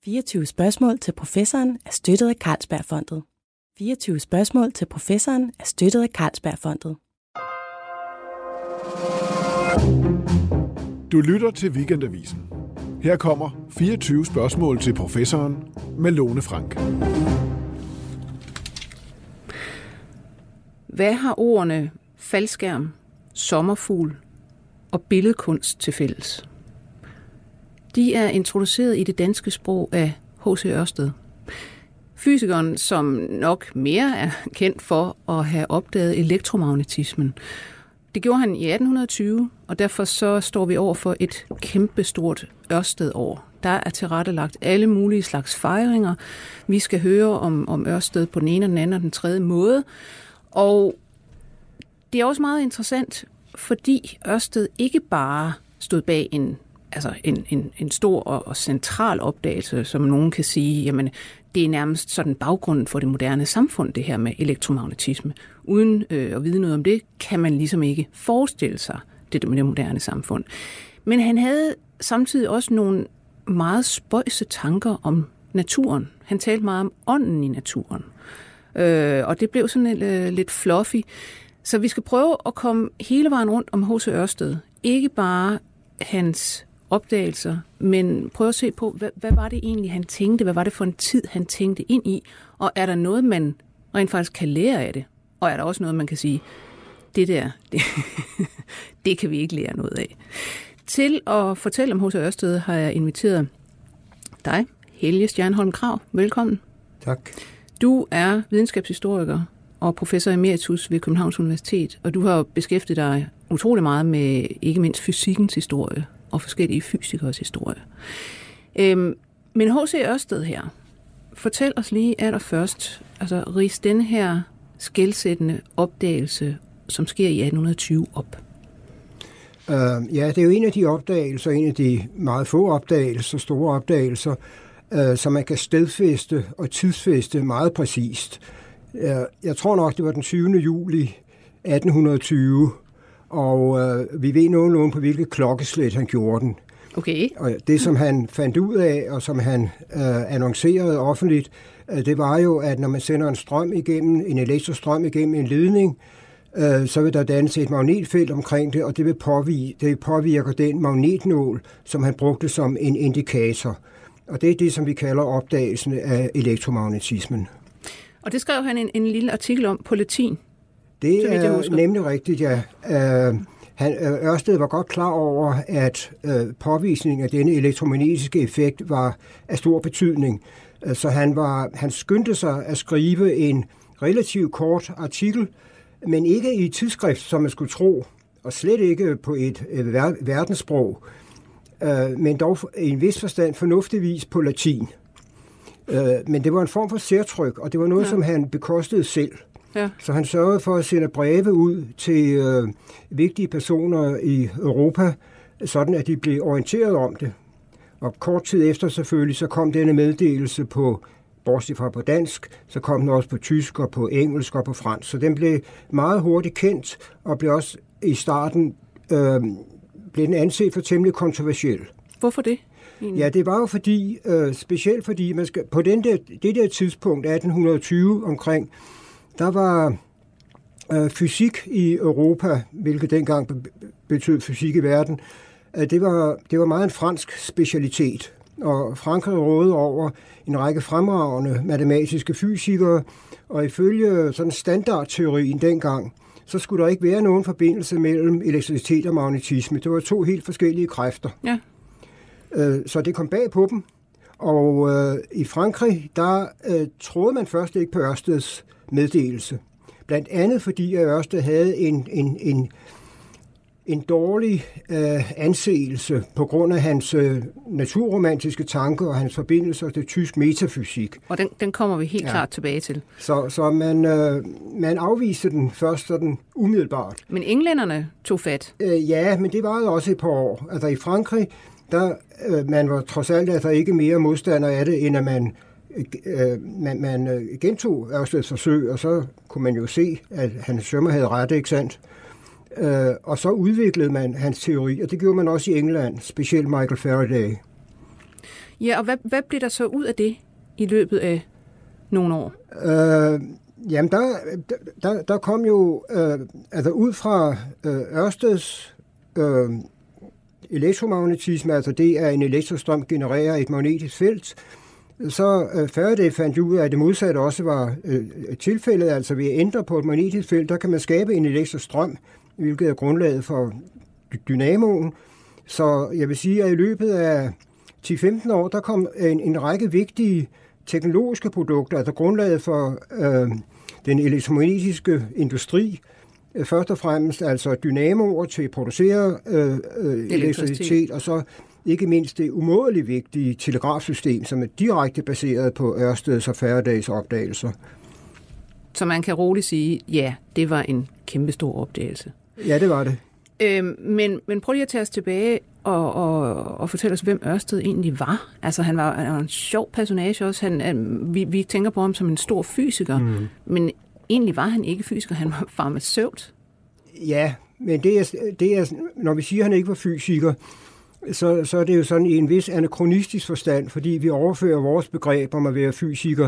24 spørgsmål til professoren er støttet af Carlsbergfondet. 24 spørgsmål til professoren er støttet af Carlsbergfondet. Du lytter til Weekendavisen. Her kommer 24 spørgsmål til professoren med Lone Frank. Hvad har ordene faldskærm, sommerfugl og billedkunst til fælles? De er introduceret i det danske sprog af H.C. Ørsted. Fysikeren, som nok mere er kendt for at have opdaget elektromagnetismen. Det gjorde han i 1820, og derfor så står vi over for et kæmpestort Ørsted-år. Der er tilrettelagt alle mulige slags fejringer. Vi skal høre om Ørsted på den ene, den anden og den tredje måde. Og det er også meget interessant, fordi Ørsted ikke bare stod bag en stor og central opdagelse, som nogen kan sige, jamen det er nærmest sådan baggrunden for det moderne samfund, det her med elektromagnetisme. Uden at vide noget om det, kan man ligesom ikke forestille sig det med det moderne samfund. Men han havde samtidig også nogle meget spøjse tanker om naturen. Han talte meget om ånden i naturen. Og det blev sådan lidt fluffy. Så vi skal prøve at komme hele vejen rundt om H.C. Ørsted. Ikke bare hans opdagelser, men prøve at se på, hvad var det egentlig, han tænkte? Hvad var det for en tid, han tænkte ind i? Og er der noget, man rent faktisk kan lære af det? Og er der også noget, man kan sige, det kan vi ikke lære noget af? Til at fortælle om H.C. Ørsted har jeg inviteret dig, Helge Stjernholm Krag. Velkommen. Tak. Du er videnskabshistoriker og professor emeritus ved Københavns Universitet, og du har beskæftiget dig utrolig meget med ikke mindst fysikkens historie og forskellige fysikers historie. Men H.C. Ørsted her, fortæl os lige allerførst, altså rids den her skelsættende opdagelse, som sker i 1820 op. Ja, det er jo en af de opdagelser, en af de meget få opdagelser, store opdagelser, som man kan stedfæste og tidsfæste meget præcist. Jeg tror nok, det var den 20. juli 1820, og vi ved nogenlunde på hvilket klokkeslæt han gjorde den. Okay. Og det, som han fandt ud af, og som han annoncerede offentligt, det var jo, at når man sender en elektrostrøm igennem en ledning, så vil der dannes et magnetfelt omkring det, og det påvirker den magnetnål, som han brugte som en indikator. Og det er det, som vi kalder opdagelsen af elektromagnetismen. Og det skrev han en lille artikel om på latin. Det er nemlig rigtigt, ja. Ørsted var godt klar over, at påvisningen af denne elektromagnetiske effekt var af stor betydning. Så han skyndte sig at skrive en relativt kort artikel, men ikke i et tidsskrift, som man skulle tro, og slet ikke på et verdenssprog, men dog i en vis forstand fornuftigvis på latin. Men det var en form for særtryk, og det var noget, som han bekostede selv. Ja. Så han sørgede for at sende breve ud til vigtige personer i Europa, sådan at de blev orienteret om det. Og kort tid efter selvfølgelig, så kom denne meddelelse bortset fra på dansk, så kom den også på tysk og på engelsk og på fransk. Så den blev meget hurtigt kendt, og blev også i starten blev den anset for temmelig kontroversiel. Hvorfor det? Ja, det var jo fordi, specielt fordi, på det der tidspunkt, 1820 omkring, der var fysik i Europa, hvilket dengang betød fysik i verden, det var meget en fransk specialitet. Og Frankrig rådede over en række fremragende matematiske fysikere, og ifølge sådan standardteorien dengang, så skulle der ikke være nogen forbindelse mellem elektricitet og magnetisme. Det var to helt forskellige kræfter. Ja. Så det kom bag på dem, og i Frankrig, der troede man først ikke på Ørsteds meddelelse. Blandt andet fordi Ørsted havde en dårlig anseelse på grund af hans naturromantiske tanker og hans forbindelser til tysk metafysik. Og den kommer vi helt klart tilbage til. Så man afviste den først sådan umiddelbart. Men englænderne tog fat? Ja, men det varede også et par år. Altså i Frankrig, man var trods alt altså ikke mere modstander af det, end at man gentog Ørsteds forsøg, og så kunne man jo se, at hans sømmer havde ret, ikke sandt? Og så udviklede man hans teori, og det gjorde man også i England, specielt Michael Faraday. Ja, og hvad blev der så ud af det i løbet af nogle år? Jamen, der kom jo, altså ud fra Ørsteds elektromagnetisme, altså det er en elektrostrøm genererer et magnetisk felt, så Faraday fandt ud af, at det modsatte også var tilfældet, altså ved at ændre på et magnetisk felt, der kan man skabe en elektrisk strøm, hvilket er grundlaget for dynamoen. Så jeg vil sige, at i løbet af 10-15 år, der kom en række vigtige teknologiske produkter, altså grundlaget for den elektromagnetiske industri, først og fremmest altså dynamoer til at producere elektricitet, og så ikke mindst det umådeligt vigtige telegrafsystem, som er direkte baseret på Ørsteds og Faradays opdagelser. Så man kan roligt sige, ja, det var en kæmpestor opdagelse. Ja, det var det. Men prøv lige at tage os tilbage og fortælle os, hvem Ørsted egentlig var. Altså, han var en sjov personage også. Vi tænker på ham som en stor fysiker, men egentlig var han ikke fysiker, han var farmaceut. Ja, men det er, når vi siger, at han ikke var fysiker, så er det jo sådan i en vis anakronistisk forstand, fordi vi overfører vores begreb om at være fysiker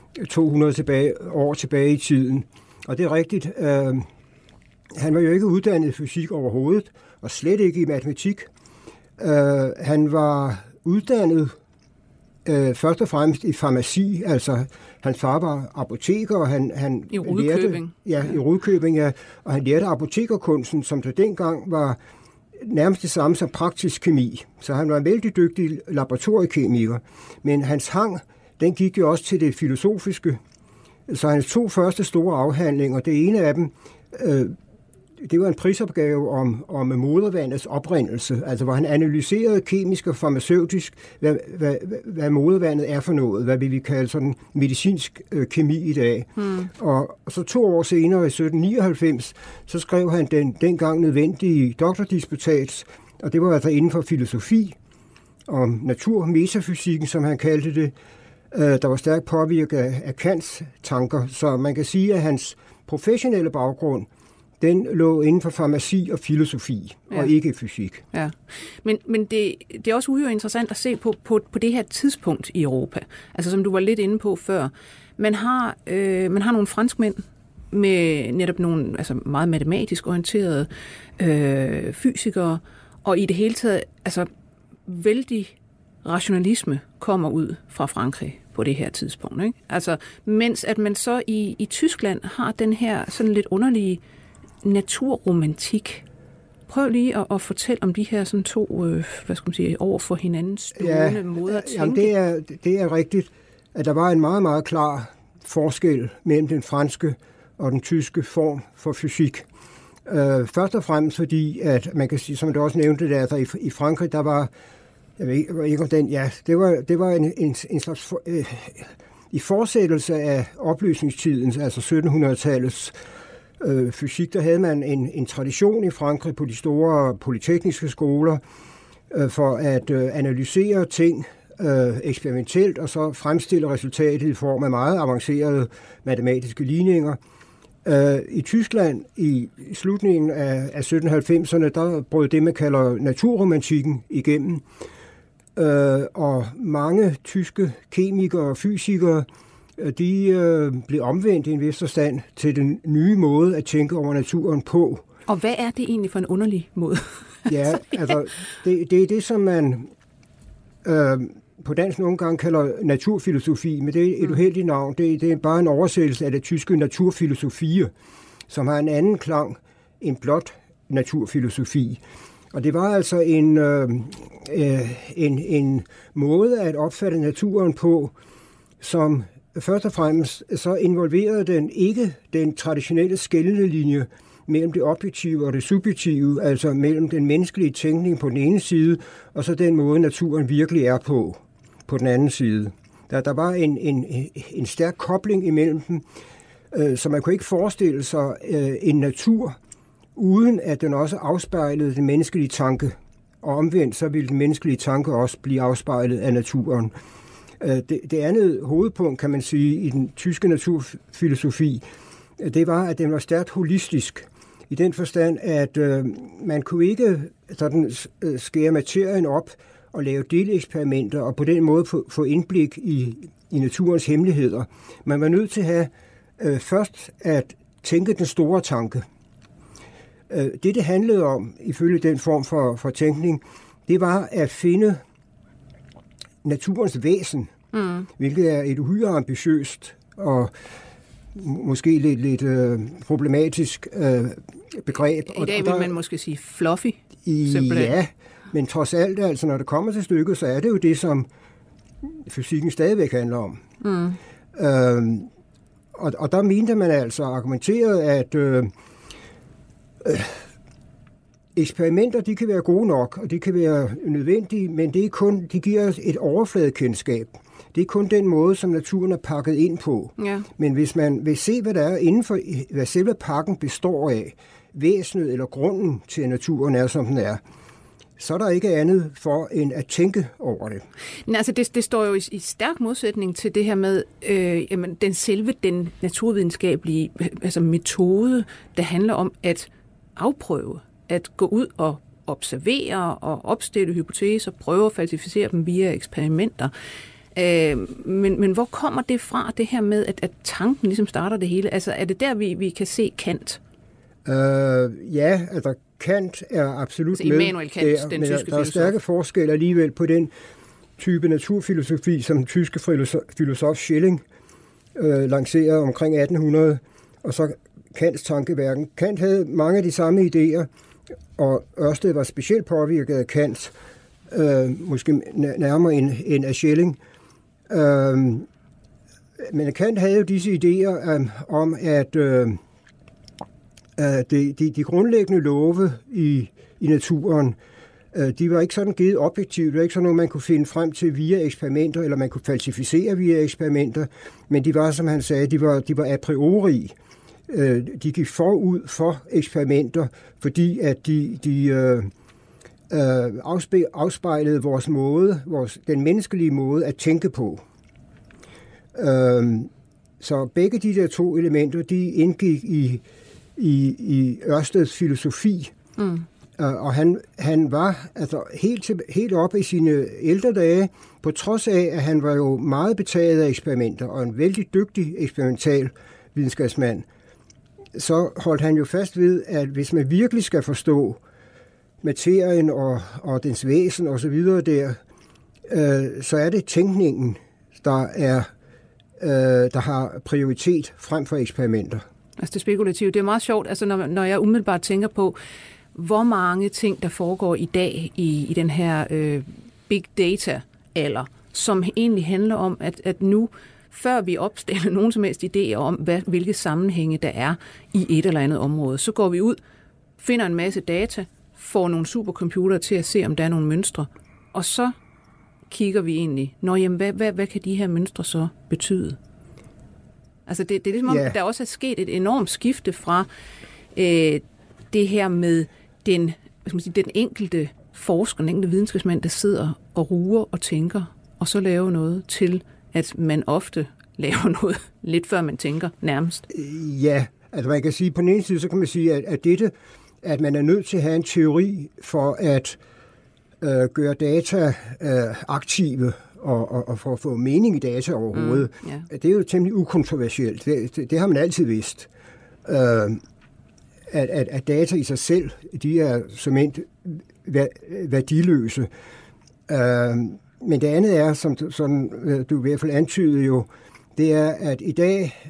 200 år tilbage i tiden. Og det er rigtigt. Han var jo ikke uddannet i fysik overhovedet, og slet ikke i matematik. Han var uddannet først og fremmest i farmaci, altså hans far var apoteker, og han i Rudkøbing. I Rudkøbing, ja, og han lærte apotekerkunsten, som der dengang var nærmest det samme som praktisk kemi. Så han var en vældig dygtig laboratoriekemiker, men hans hang, den gik jo også til det filosofiske. Så hans 2 første store afhandlinger, det ene af dem, det var en prisopgave om modervandets oprindelse, altså hvor han analyserede kemisk og farmaceutisk, hvad modervandet er for noget, hvad vi kalde sådan medicinsk kemi i dag. Og så 2 år senere, i 1799, så skrev han den dengang nødvendige doktordisputats, og det var altså inden for filosofi, om naturmetafysikken, som han kaldte det, der var stærkt påvirket af Kants tanker, så man kan sige, at hans professionelle baggrund, den lå inden for farmaci og filosofi, og ikke fysik. Ja. Men det er også uhyre interessant at se på det her tidspunkt i Europa. Altså som du var lidt inde på før. Man har nogle franskmænd med netop nogle altså meget matematisk orienterede fysikere, og i det hele taget altså vældig rationalisme kommer ud fra Frankrig på det her tidspunkt. Ikke? Altså, mens at man så i Tyskland har den her sådan lidt underlige naturromantik. Prøv lige at fortælle om de her sådan 2, over for hinanden stående måder at tænke. Jamen det er rigtigt, at der var en meget, meget klar forskel mellem den franske og den tyske form for fysik. Først og fremmest fordi, at man kan sige, som du også nævnte, der i Frankrig, der var, jeg ved ikke om den, ja, det var en slags, i fortsættelse af oplysningstidens, altså 1700-tallets fysik, der havde man en tradition i Frankrig på de store polytekniske skoler for at analysere ting eksperimentelt, og så fremstille resultatet i form af meget avancerede matematiske ligninger. I Tyskland i slutningen af 1790'erne, der brød det, man kalder naturromantikken igennem, og mange tyske kemikere og fysikere, de blev omvendt i en vis forstand til den nye måde at tænke over naturen på. Og hvad er det egentlig for en underlig måde? Ja, altså det er det, som man på dansk nogle gange kalder naturfilosofi, men det er et uheldigt navn. Det er bare en oversættelse af det tyske naturfilosofie, som har en anden klang end blot naturfilosofi. Og det var altså en måde at opfatte naturen på, som først og fremmest så involverede den ikke den traditionelle skelnelinje mellem det objektive og det subjektive, altså mellem den menneskelige tænkning på den ene side, og så den måde, naturen virkelig er på den anden side. Der var en stærk kobling imellem dem, så man kunne ikke forestille sig en natur, uden at den også afspejlede den menneskelige tanke. Og omvendt, så ville den menneskelige tanke også blive afspejlet af naturen. Det andet hovedpunkt, kan man sige, i den tyske naturfilosofi, det var, at den var stærkt holistisk. I den forstand, at man kunne ikke sådan skære materien op og lave deleksperimenter, og på den måde få indblik i naturens hemmeligheder. Man var nødt til at have først at tænke den store tanke. Det handlede om, ifølge den form for tænkning, det var at finde naturens væsen, hvilket er et uhyre ambitiøst og måske lidt problematisk begreb. I dag vil man måske sige fluffy. Ja, men trods alt, altså, når det kommer til stykket, så er det jo det, som fysikken stadigvæk handler om. Og der mente man altså argumenteret, at eksperimenter, de kan være gode nok, og de kan være nødvendige, men det er kun, de giver os et overfladekendskab. Det er kun den måde, som naturen er pakket ind på. Ja. Men hvis man vil se, hvad der er inden for, hvad selve pakken består af, væsenet eller grunden til, at naturen er, som den er, så er der ikke andet for end at tænke over det. Men altså, det står jo i stærk modsætning til det her med den naturvidenskabelige metode, der handler om at afprøve, at gå ud og observere og opstille hypoteser, prøve at falsificere dem via eksperimenter. Men hvor kommer det fra, det her med, at tanken ligesom starter det hele? Altså, er det der, vi kan se Kant? Ja, altså Kant er absolut med. Immanuel Kant, den tyske filosof. Der er stærke forskelle alligevel på den type naturfilosofi, som den tyske filosof Schelling lancerede omkring 1800, og så Kants tankeverden. Kant havde mange af de samme idéer, og Ørsted var specielt påvirket af Kant, måske nærmere end af Schelling. Men Kant havde jo disse idéer om, at de grundlæggende love i naturen, de var ikke sådan givet objektivt. Det var ikke sådan noget, man kunne finde frem til via eksperimenter, eller man kunne falsificere via eksperimenter, men de var, som han sagde, de var a priori. De gik forud for eksperimenter, fordi at de afspejlede vores måde, den menneskelige måde at tænke på. Så begge de der to elementer, de indgik i Ørsteds filosofi. Og han var altså helt op i sine ældre dage, på trods af, at han var jo meget betaget af eksperimenter, og en vældig dygtig eksperimental videnskabsmand, så holdt han jo fast ved, at hvis man virkelig skal forstå materien og dens væsen og så videre der, så er det tænkningen, der har prioritet frem for eksperimenter. Altså det spekulative, det er meget sjovt, altså når jeg umiddelbart tænker på, hvor mange ting, der foregår i dag i den her big data-alder, som egentlig handler om, at nu, før vi opstiller nogen som helst idéer om, hvilke sammenhænge der er i et eller andet område, så går vi ud, finder en masse data, får nogle supercomputere til at se, om der er nogle mønstre, og så kigger vi egentlig, hvad kan de her mønstre så betyde? Altså det er ligesom om, der også er sket et enormt skifte fra det her med den enkelte forsker, den enkelte videnskabsmand, der sidder og ruger og tænker, og så laver noget, til at man ofte laver noget lidt før man tænker nærmest. Ja, altså man kan sige, på den ene side, så kan man sige, at man er nødt til at have en teori for at gøre data aktive, og for at få mening i data overhovedet. Det er jo temmelig ukontroversielt. Det har man altid vidst. At data i sig selv, de er som værdiløse. Men det andet er, som du i hvert fald antydede jo, det er, at i dag,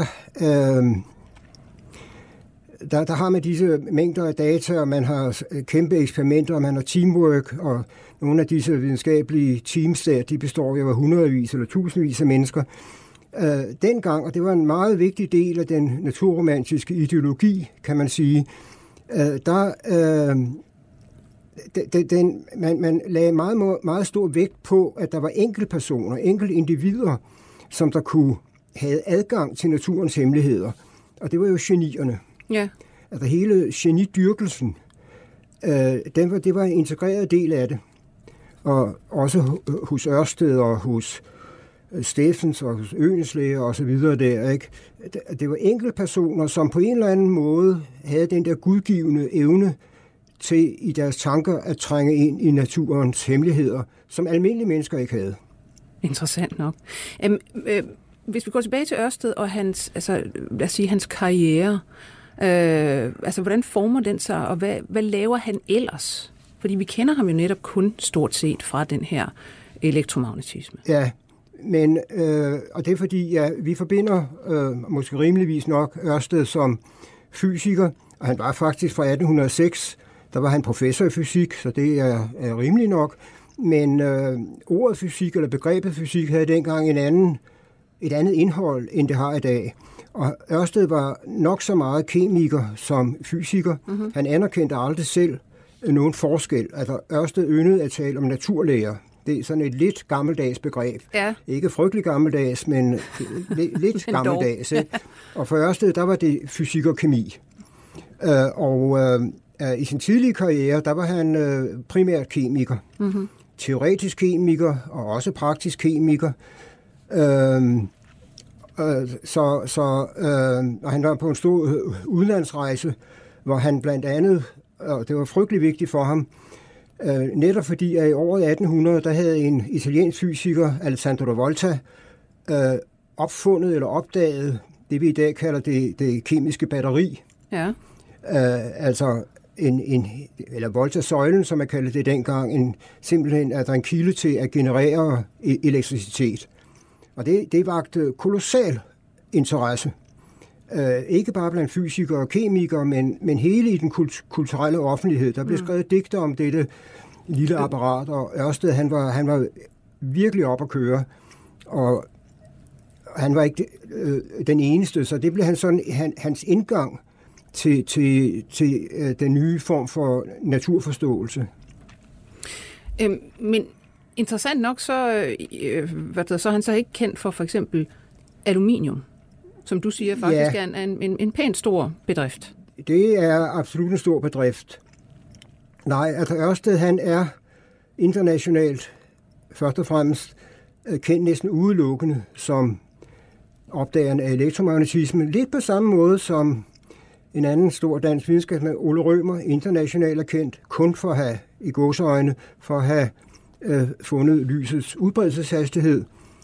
der har man disse mængder af data, og man har kæmpe eksperimenter, og man har teamwork, og nogle af disse videnskabelige teams der, de består jo af hundredvis eller tusindvis af mennesker. Dengang, og det var en meget vigtig del af den naturromantiske ideologi, kan man sige, man lagde meget stor vægt på, at der var enkelte personer, enkelte individer, som der kunne have adgang til naturens hemmeligheder. Og det var jo genierne. Ja. Altså hele genidyrkelsen, det var en integreret del af det. Og også hos Ørsted og hos Steffens og hos Oehlenschläger og så videre der, ikke? Det var enkelte personer, som på en eller anden måde havde den der gudgivende evne til i deres tanker at trænge ind i naturens hemmeligheder, som almindelige mennesker ikke havde. Interessant nok. Hvis vi går tilbage til Ørsted og hans karriere, hvordan former den sig, og hvad laver han ellers? Fordi vi kender ham jo netop kun stort set fra den her elektromagnetisme. Ja, men og det er fordi, vi forbinder måske rimeligvis nok Ørsted som fysiker, og han var faktisk fra 1806, der var han professor i fysik, så det er rimelig nok. Men ordet fysik eller begrebet fysik havde dengang et andet indhold, end det har i dag. Og Ørsted var nok så meget kemiker som fysiker. Mm-hmm. Han anerkendte aldrig selv nogen forskel. Altså Ørsted yndede at tale om naturlæger. Det er sådan et lidt gammeldags begreb. Ja. Ikke frygtelig gammeldags, men lidt gammeldags. Og for Ørsted, der var det fysik og kemi. I sin tidlige karriere, der var han primært kemiker. Mm-hmm. Teoretisk kemiker og også praktisk kemiker. Og han var på en stor udlandsrejse, hvor han blandt andet, og det var frygtelig vigtigt for ham, netop fordi at i året 1800, der havde en italiensk fysiker, Alessandro Volta, opfundet eller opdaget det, vi i dag kalder det kemiske batteri. Ja. Eller Volta-søjlen, som man kaldte det dengang, simpelthen er der en kilde til at generere elektricitet. Og det vagte kolossal interesse. Ikke bare blandt fysikere og kemikere, men hele i den kulturelle offentlighed. Der blev skrevet digter om dette lille apparat, og Ørsted, han var virkelig op at køre. Og han var ikke den eneste, så det blev hans indgang til den nye form for naturforståelse. Men interessant nok, så er han så ikke kendt for eksempel aluminium, som du siger faktisk er en pænt stor bedrift. Det er absolut en stor bedrift. Nej, altså Ørsted, han er internationalt først og fremmest kendt næsten udelukkende som opdageren af elektromagnetisme, lidt på samme måde som en anden stor dansk videnskabsmand, Ole Rømer, internationalt er kendt kun for at have, i gåseøjne, for at have fundet lysets udbredelseshastighed.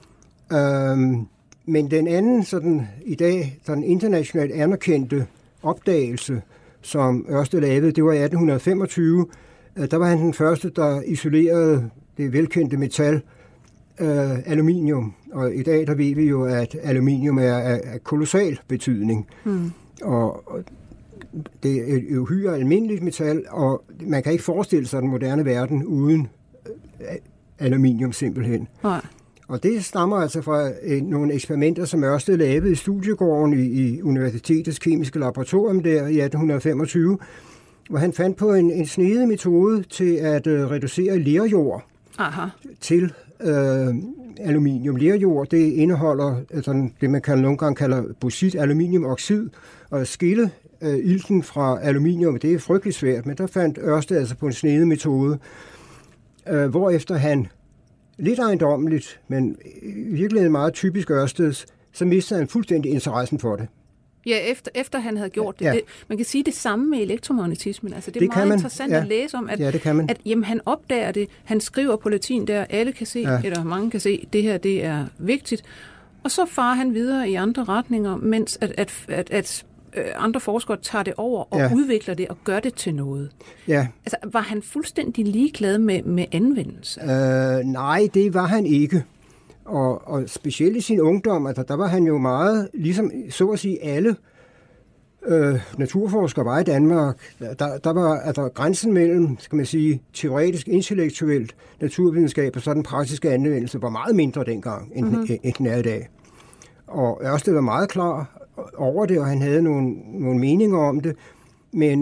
Men den anden sådan i dag sådan internationalt anerkendte opdagelse, som Ørsted lavede, det var i 1825. Der var han den første, der isolerede det velkendte metal aluminium. Og i dag der ved vi jo, at aluminium er af kolossal betydning. Og det er et uhyre almindeligt metal, og man kan ikke forestille sig den moderne verden uden aluminium simpelthen. Nej. Og det stammer altså fra nogle eksperimenter, som Ørsted lavede i studiegården i Universitetets Kemiske Laboratorium der i 1825, hvor han fandt på en snedig metode til at reducere lerjord til aluminium. Lerjord, det indeholder sådan det, man nogle gange kalder bauxit, aluminiumoxid, og skille ilten fra aluminium, det er frygtelig svært, men der fandt Ørsted altså på en snedig metode, hvorefter han lidt ejendommeligt, men virkelig meget typisk Ørsteds, så mistede han fuldstændig interessen for det. Ja, efter han havde gjort det. Ja. Man kan sige det samme med elektromagnetismen. Altså, det er meget interessant at læse om, at jamen, han opdager det, han skriver på latin der, alle kan se, eller mange kan se, det her det er vigtigt. Og så farer han videre i andre retninger, mens at andre forskere tager det over og udvikler det og gør det til noget. Ja. Altså, var han fuldstændig ligeglad med anvendelse? Nej, det var han ikke. Og specielt i sin ungdom, altså, der var han jo meget, ligesom så at sige alle naturforskere var i Danmark. Der var altså grænsen mellem, skal man sige, teoretisk, intellektuelt naturvidenskab og så den praktiske anvendelse var meget mindre dengang, end den er i dag. Og Ørsted var meget klar over det, og han havde nogle meninger om det. Men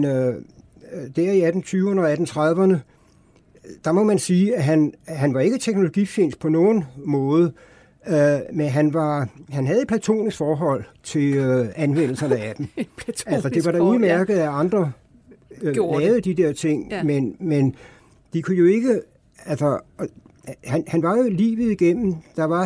der i 1820'erne og 1830'erne, der må man sige, at han var ikke teknologifjendsk på nogen måde, men han havde et platonisk forhold til anvendelserne af dem. Altså, det var da udmærket, at andre lavede de der ting, men de kunne jo ikke... Altså, han var jo livet igennem. Der var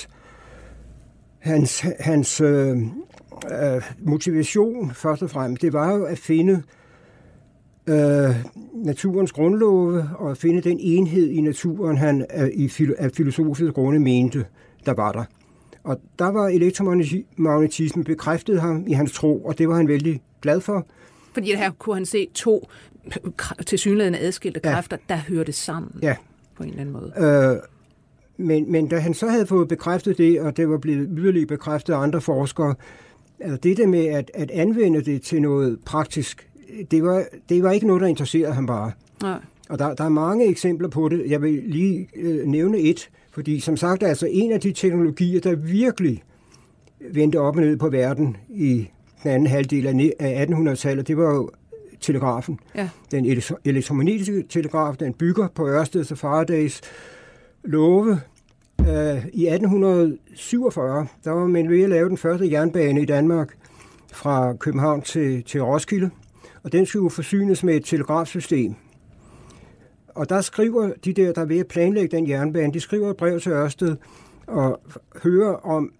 hans motivation først og fremmest, det var jo at finde naturens grundlove og finde den enhed i naturen, han af filosofiske grunde mente, der var der. Og der var elektromagnetismen bekræftet ham i hans tro, og det var han vældig glad for. Fordi her kunne han se to tilsyneladende adskilte kræfter, der hørte sammen på en eller anden måde. Men da han så havde fået bekræftet det, og det var blevet yderligere bekræftet af andre forskere, altså det der med at anvende det til noget praktisk, det var ikke noget, der interesserede ham bare. Nej. Og der er mange eksempler på det. Jeg vil lige nævne et, fordi som sagt, altså en af de teknologier, der virkelig vendte op og ned på verden i den anden halvdel af 1800-tallet, det var jo telegrafen. Ja. Den elektromagnetiske telegraf, den bygger på Ørsteds og Faradays love. I 1847, der var man ved at lave den første jernbane i Danmark fra København til Roskilde, og den skulle jo forsynes med et telegrafsystem. Og der skriver de der er ved at planlægge den jernbane, de skriver et brev til Ørsted og hører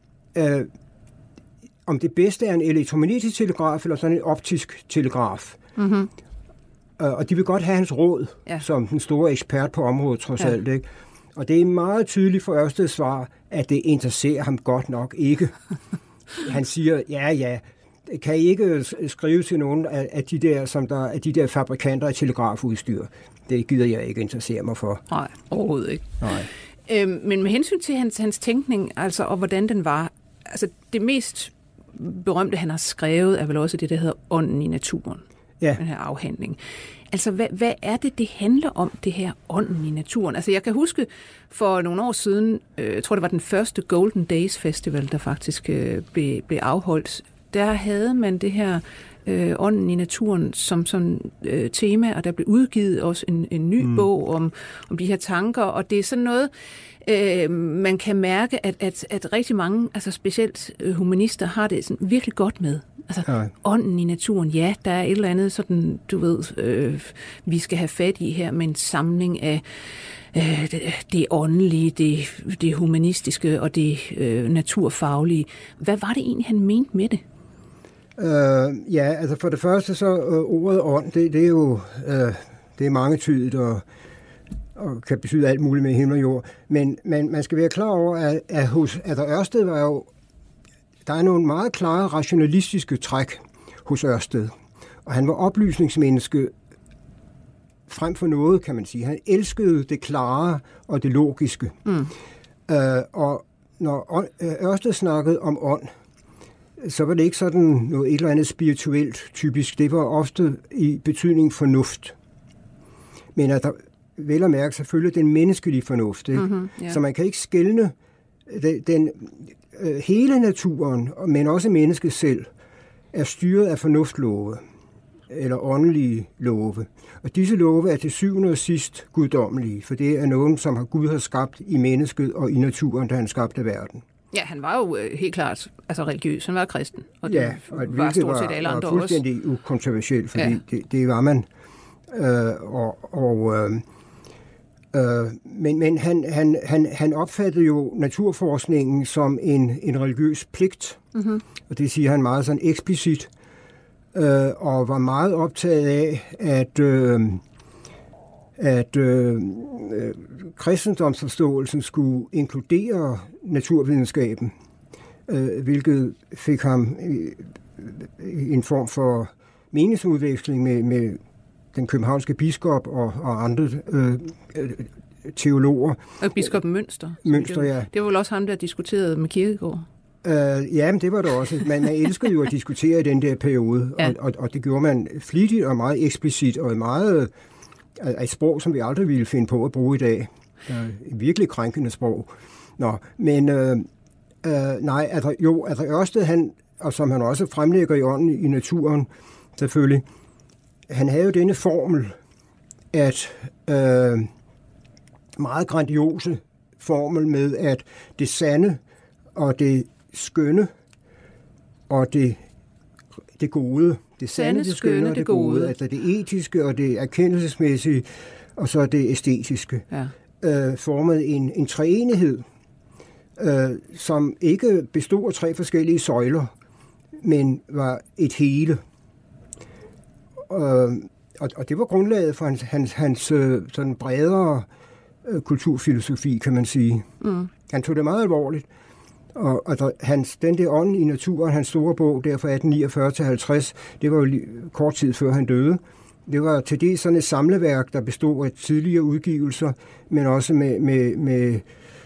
om det bedste er en elektromagnetisk telegraf eller sådan en optisk telegraf. Mm-hmm. Og de vil godt have hans råd som den store ekspert på området, trods alt. Ikke? Og det er meget tydeligt for Ørsteds svar, at det interesserer ham godt nok ikke. Han siger, kan I ikke skrive til nogen af de der, de der fabrikanter af telegrafudstyr? Det gider jeg ikke interessere mig for. Nej, overhovedet ikke. Nej. Men med hensyn til hans tænkning, altså, og hvordan den var, altså det mest berømte, han har skrevet, er vel også det, der hedder Ånden i naturen. Ja. Den her afhandling. Altså, hvad er det handler om, det her Ånden i naturen? Altså, jeg kan huske for nogle år siden, jeg tror, det var den første Golden Days Festival, der faktisk blev afholdt. Der havde man det her Ånden i naturen som sådan tema, og der blev udgivet også en ny bog om de her tanker, og det er sådan noget, man kan mærke, at rigtig mange, altså specielt humanister, har det sådan virkelig godt med. Altså, ånden i naturen, ja, der er et eller andet sådan, du ved, vi skal have fat i her med en samling af det åndelige, det humanistiske og det naturfaglige. Hvad var det egentlig, han mente med det? Altså for det første så ordet ånd, det er jo det er mangetydigt og kan betyde alt muligt med himmel og jord. Men man skal være klar over, at hos Ørsted var jo, der er nogle meget klare rationalistiske træk hos Ørsted. Og han var oplysningsmenneske frem for noget, kan man sige. Han elskede det klare og det logiske. Og når Ørsted snakkede om ånd, så var det ikke sådan noget et eller andet spirituelt typisk. Det var ofte i betydning fornuft. Men at der vel at mærke selvfølgelig den menneskelige fornuft. Ikke? Så man kan ikke skelne hele naturen, men også mennesket selv, er styret af fornuftlove eller åndelige love. Og disse love er til syvende og sidst guddommelige, for det er noget, som Gud har skabt i mennesket og i naturen, da han skabte verden. Ja, han var jo helt klart altså religiøs. Han var kristen, og det var stort set alle andre også. Og fuldstændig ukontroversielt, fordi det var man. Men han opfattede jo naturforskningen som en religiøs pligt, og det siger han meget sådan eksplicit, og var meget optaget af, at kristendomsforståelsen skulle inkludere naturvidenskaben, hvilket fik ham en form for meningsudveksling med den københavnske biskop og andre teologer. Og biskoppen Mønster. Ja. Det var vel også ham, der diskuterede med Kierkegaard. Ja, men det var det også. Man elskede jo at diskutere i den der periode, og det gjorde man flittigt og meget eksplicit, og meget et sprog, som vi aldrig ville finde på at bruge i dag. Et virkelig krænkende sprog. Men Ørsted, han, og som han også fremlægger i Ånden i naturen, selvfølgelig, han havde jo denne formel, at meget grandiose formel med, at det sande og det skønne og det gode, det sande, det skønne og det gode, altså det etiske og det erkendelsesmæssige, og så det æstetiske, formede en treenighed, som ikke bestod af 3 forskellige søjler, men var et hele. og det var grundlaget for hans sådan bredere kulturfilosofi, kan man sige. Han tog det meget alvorligt. Og den der Ånden i naturen, hans store bog, der fra 1849-50, det var jo kort tid før han døde. Det var til det sådan et samleværk, der bestod af tidligere udgivelser, men også med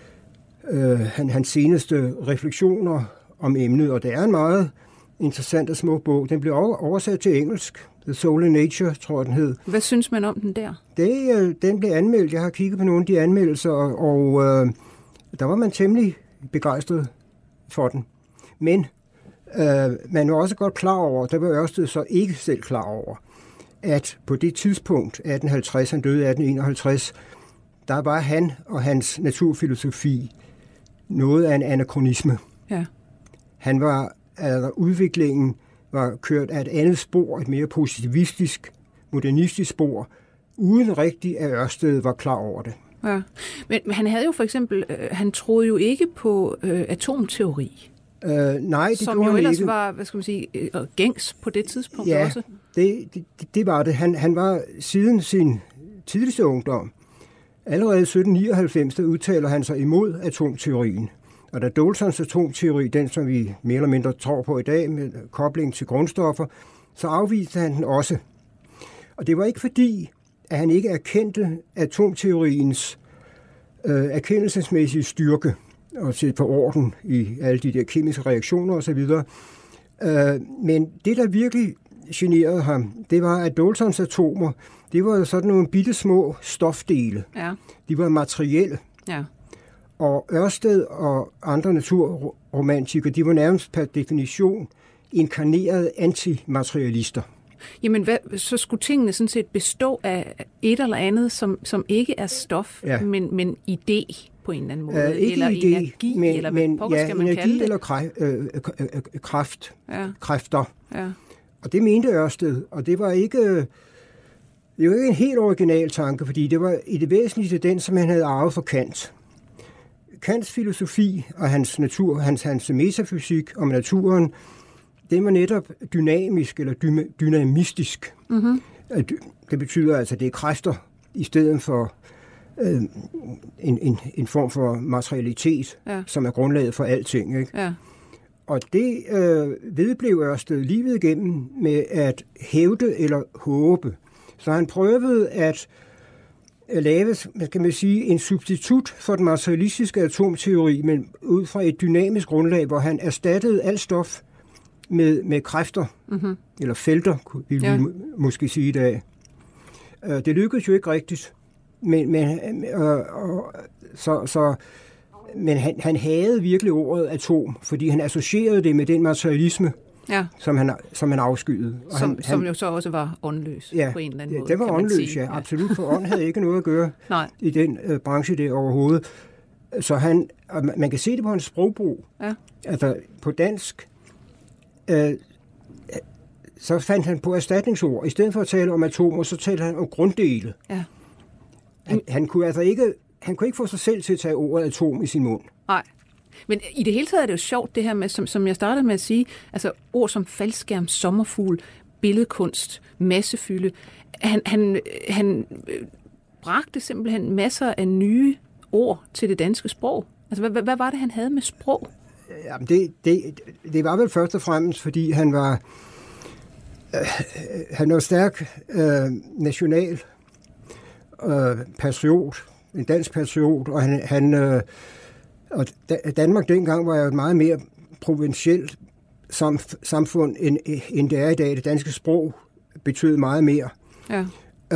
hans seneste refleksioner om emnet. Og det er en meget interessant og smuk bog. Den blev oversat til engelsk. The Soul in Nature, tror jeg, den hed. Hvad synes man om den der? Den blev anmeldt. Jeg har kigget på nogle af de anmeldelser, og der var man temmelig begejstret for den. Men man var også godt klar over, der var Ørsted så ikke selv klar over, at på det tidspunkt, 1850, han døde 1851, der var han og hans naturfilosofi noget af en anakronisme. Ja. Han var, udviklingen var kørt af et andet spor, et mere positivistisk, modernistisk spor, uden rigtig at Ørsted var klar over det. Ja. Men han havde jo for eksempel, han troede jo ikke på atomteori. Nej, det som gjorde jo han ellers ikke. var, hvad skal man sige, gængs på det tidspunkt ja, også. Det var det. Han var siden sin tidligste ungdom. Allerede i 1799 udtaler han sig imod atomteorien. Og da Daltons atomteori, den som vi mere eller mindre tror på i dag, med kobling til grundstoffer, så afviste han den også. Og det var ikke fordi, at han ikke erkendte atomteoriens erkendelsesmæssige styrke og sætte på orden i alle de der kemiske reaktioner osv. Men det, der virkelig generede ham, det var, at Daltons atomer, det var jo sådan nogle bittesmå stofdele. Ja. De var materielle. Ja. Og Ørsted og andre naturromantikere, de var nærmest per definition inkarnerede antimaterialister. Jamen, så skulle tingene sådan set bestå af et eller andet, som ikke er stof, ja. men idé på en eller anden måde. Eller idé, energi, eller hvad pokker skal man kalde det? Eller kræfter. Ja. Og det mente Ørsted, og det var ikke en helt original tanke, fordi det var i det væsentligste den, som han havde arvet fra Kant. Kants filosofi og hans metafysik om naturen, den var netop dynamisk eller dynamistisk. Mm-hmm. Det betyder altså, at det er kræfter i stedet for en form for materialitet, ja. Som er grundlaget for alting. Ikke? Ja. Og det vedblev Ørsted livet igennem med at hævde eller håbe. Så han prøvede at lave, kan man sige, en substitut for den materialistiske atomteori, men ud fra et dynamisk grundlag, hvor han erstattede alt stof med kræfter, mm-hmm. eller felter, vil vi måske sige i dag. Det lykkedes jo ikke rigtigt, men han havde virkelig ordet atom, fordi han associerede det med den materialisme, ja. som han afskyede. Og som jo så også var åndløs på en eller anden måde. Det var åndløs, ja, absolut, for ånd havde ikke noget at gøre i den branche der overhovedet. Så man kan se det på hans sprogbrug. Ja. Altså på dansk, så fandt han på erstatningsord. I stedet for at tale om atomer, så talte han om grunddele. Ja. Han kunne altså ikke få sig selv til at tage ordet atom i sin mund. Nej. Men i det hele taget er det jo sjovt, det her med, som jeg startede med at sige, altså ord som faldskærm, sommerfugl, billedkunst, massefylde. Han bragte simpelthen masser af nye ord til det danske sprog. Altså, hvad var det, han havde med sprog? Jamen, det var vel først og fremmest, fordi han var stærk national patriot, en dansk patriot, og og Danmark dengang var jo et meget mere provincielt samfund, end det er i dag. Det danske sprog betød meget mere. Ja.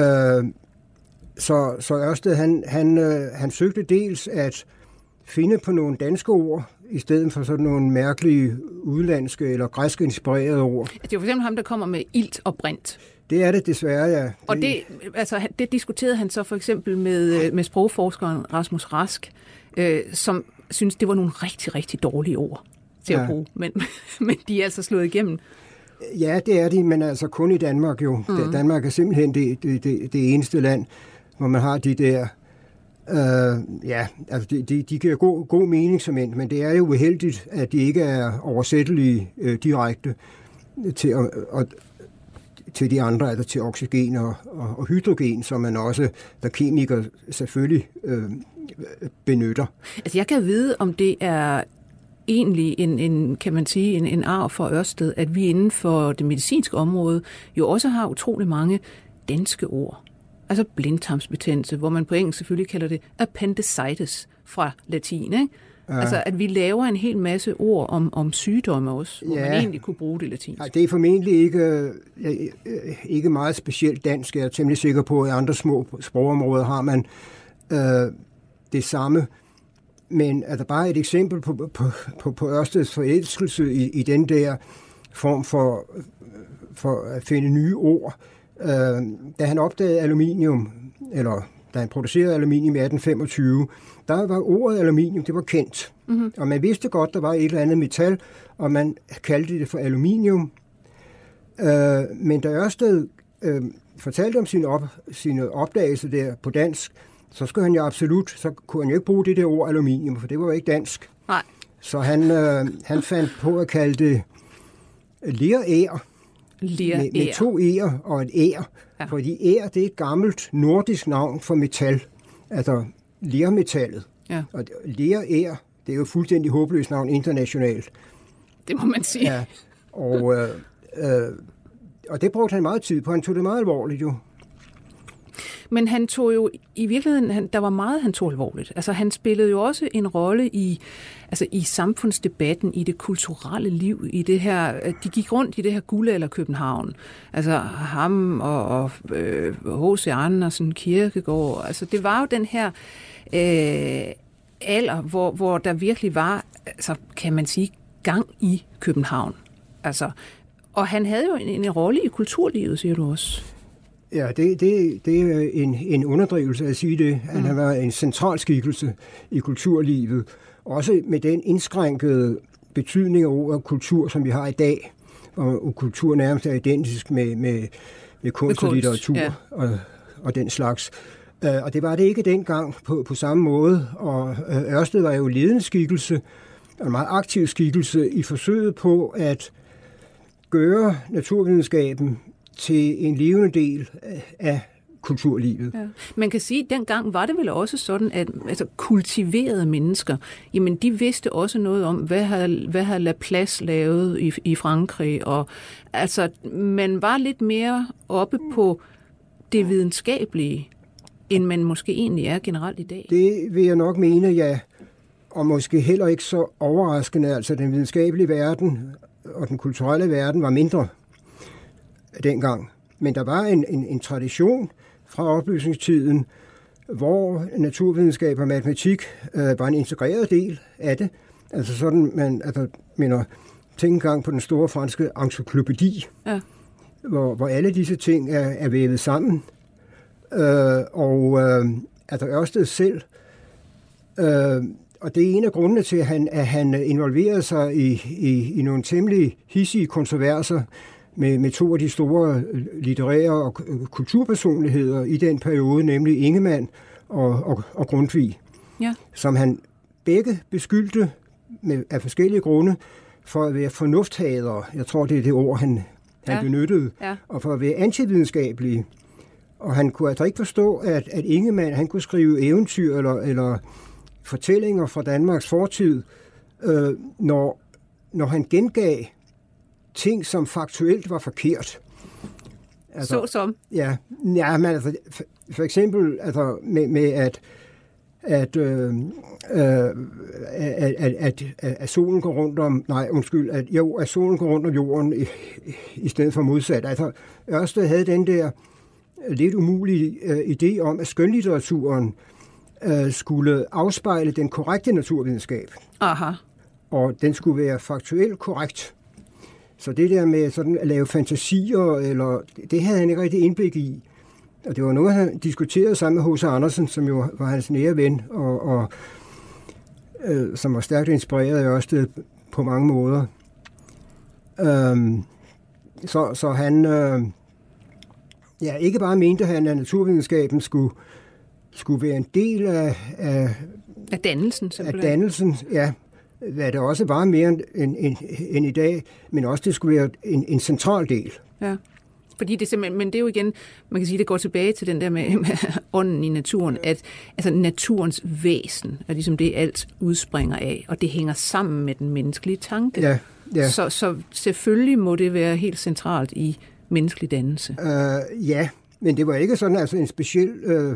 Så Ørsted, han søgte dels at finde på nogle danske ord, i stedet for sådan nogle mærkelige udlandske eller græsk inspirerede ord. Det er jo for eksempel ham, der kommer med ilt og brint. Det er det desværre, ja. Og det diskuterede han så for eksempel med sprogforskeren Rasmus Rask, som synes, det var nogle rigtig, rigtig dårlige ord til at bruge. Men de er altså slået igennem. Ja, det er de, men altså kun i Danmark jo. Mm. Danmark er simpelthen det eneste land, hvor man har de der... de giver god mening som end, men det er jo uheldigt, at de ikke er oversættelige direkte til til de andre, altså til oxygen og hydrogen, som man også, der kemikere selvfølgelig benytter. Altså jeg kan vide, om det er egentlig kan man sige, en arv for Ørsted, at vi inden for det medicinske område jo også har utrolig mange danske ord. Altså blindtarmsbetændelse, hvor man på engelsk selvfølgelig kalder det appendicitis fra latin, ikke? Ja. Altså, at vi laver en hel masse ord om sygdomme også, hvor man egentlig kunne bruge det latinsk. Nej, det er formentlig ikke meget specielt dansk. Jeg er temmelig sikker på, at i andre små sprogområder har man det samme. Men er der bare et eksempel på Ørsteds forelskelse i den der form for at finde nye ord. Da han opdagede aluminium, eller da han producerede aluminium i 1825, der var ordet aluminium, det var kendt. Mm-hmm. Og man vidste godt, der var et eller andet metal, og man kaldte det for aluminium. Men da Ørsted fortalte om sine opdagelser der på dansk, så kunne han jo ikke bruge det der ord aluminium, for det var jo ikke dansk. Nej. Så han fandt på at kalde det ler-ær. Med 2 ærer og et ær. Ja. Fordi ær, det er et gammelt nordisk navn for metal. Altså lermetallet. Ja. Og ler-ær, det er jo fuldstændig håbløst navn internationalt. Det må man sige. Ja. Og det brugte han meget tid på. Han tog det meget alvorligt jo. Men han tog jo i virkeligheden, der var meget, han tog alvorligt. Altså han spillede jo også en rolle i samfundsdebatten, i det kulturelle liv, i det her, de gik rundt i det her guldalder København. Altså ham og H.C. Andersen, Kierkegaard, altså det var jo den her alder, hvor der virkelig var, altså kan man sige, gang i København. Altså, og han havde jo en rolle i kulturlivet, siger du også. Ja, det er en underdrivelse at sige det. Han var en central skikkelse i kulturlivet. Også med den indskrænkede betydning af ordet kultur, som vi har i dag. Og kultur nærmest er identisk med kunst og litteratur og den slags. Og det var det ikke dengang på samme måde. Og Ørsted var jo ledende skikkelse, og en meget aktiv skikkelse i forsøget på at gøre naturvidenskaben til en levende del af kulturlivet. Ja. Man kan sige, at dengang var det vel også sådan, at kultiverede mennesker, jamen de vidste også noget om, hvad havde Laplace lavet i Frankrig, og altså man var lidt mere oppe på det videnskabelige, end man måske egentlig er generelt i dag. Det vil jeg nok mene, ja. Og måske heller ikke så overraskende. Altså den videnskabelige verden og den kulturelle verden var mindre dengang. Men der var en tradition fra oplysningstiden, hvor naturvidenskab og matematik var en integreret del af det. Altså sådan, man tænk engang på den store franske encyklopædi, hvor alle disse ting er vævet sammen. Ørsted selv, og det er en af grundene til, at han involverede sig i nogle temmelig hidsige kontroverser med 2 af de store litterære og kulturpersonligheder i den periode, nemlig Ingemann og Grundtvig, som han begge beskyldte af forskellige grunde for at være fornufthadere. Jeg tror, det er det ord, han benyttede, og for at være antividenskabelige. Og han kunne altså ikke forstå, at Ingemann han kunne skrive eventyr eller fortællinger fra Danmarks fortid, når han gengav ting, som faktuelt var forkert. Altså, så som? Ja, men altså, for eksempel med at solen går rundt om, at solen går rundt om jorden i stedet for modsat. Altså, Ørsted havde den der lidt umulige idé om, at skønlitteraturen skulle afspejle den korrekte naturvidenskab. Aha. Og den skulle være faktuelt korrekt. Så det der med sådan at lave fantasier, det havde han ikke rigtig indblik i. Og det var noget, han diskuterede sammen med H.C. Andersen, som jo var hans nære ven, og som var stærkt inspireret af Ørsted på mange måder. Så han ikke bare mente han, at naturvidenskaben skulle være en del af dannelsen, simpelthen. Af dannelsen, ja. Hvad det også var mere end i dag, men også det skulle være en central del Fordi det simpelthen, men det er jo igen, man kan sige, det går tilbage til den der med ånden i naturen, at altså naturens væsen er ligesom det, alt udspringer af, og det hænger sammen med den menneskelige tanke. Ja. Så selvfølgelig må det være helt centralt i menneskelig dannelse. Ja, men det var ikke sådan altså en speciel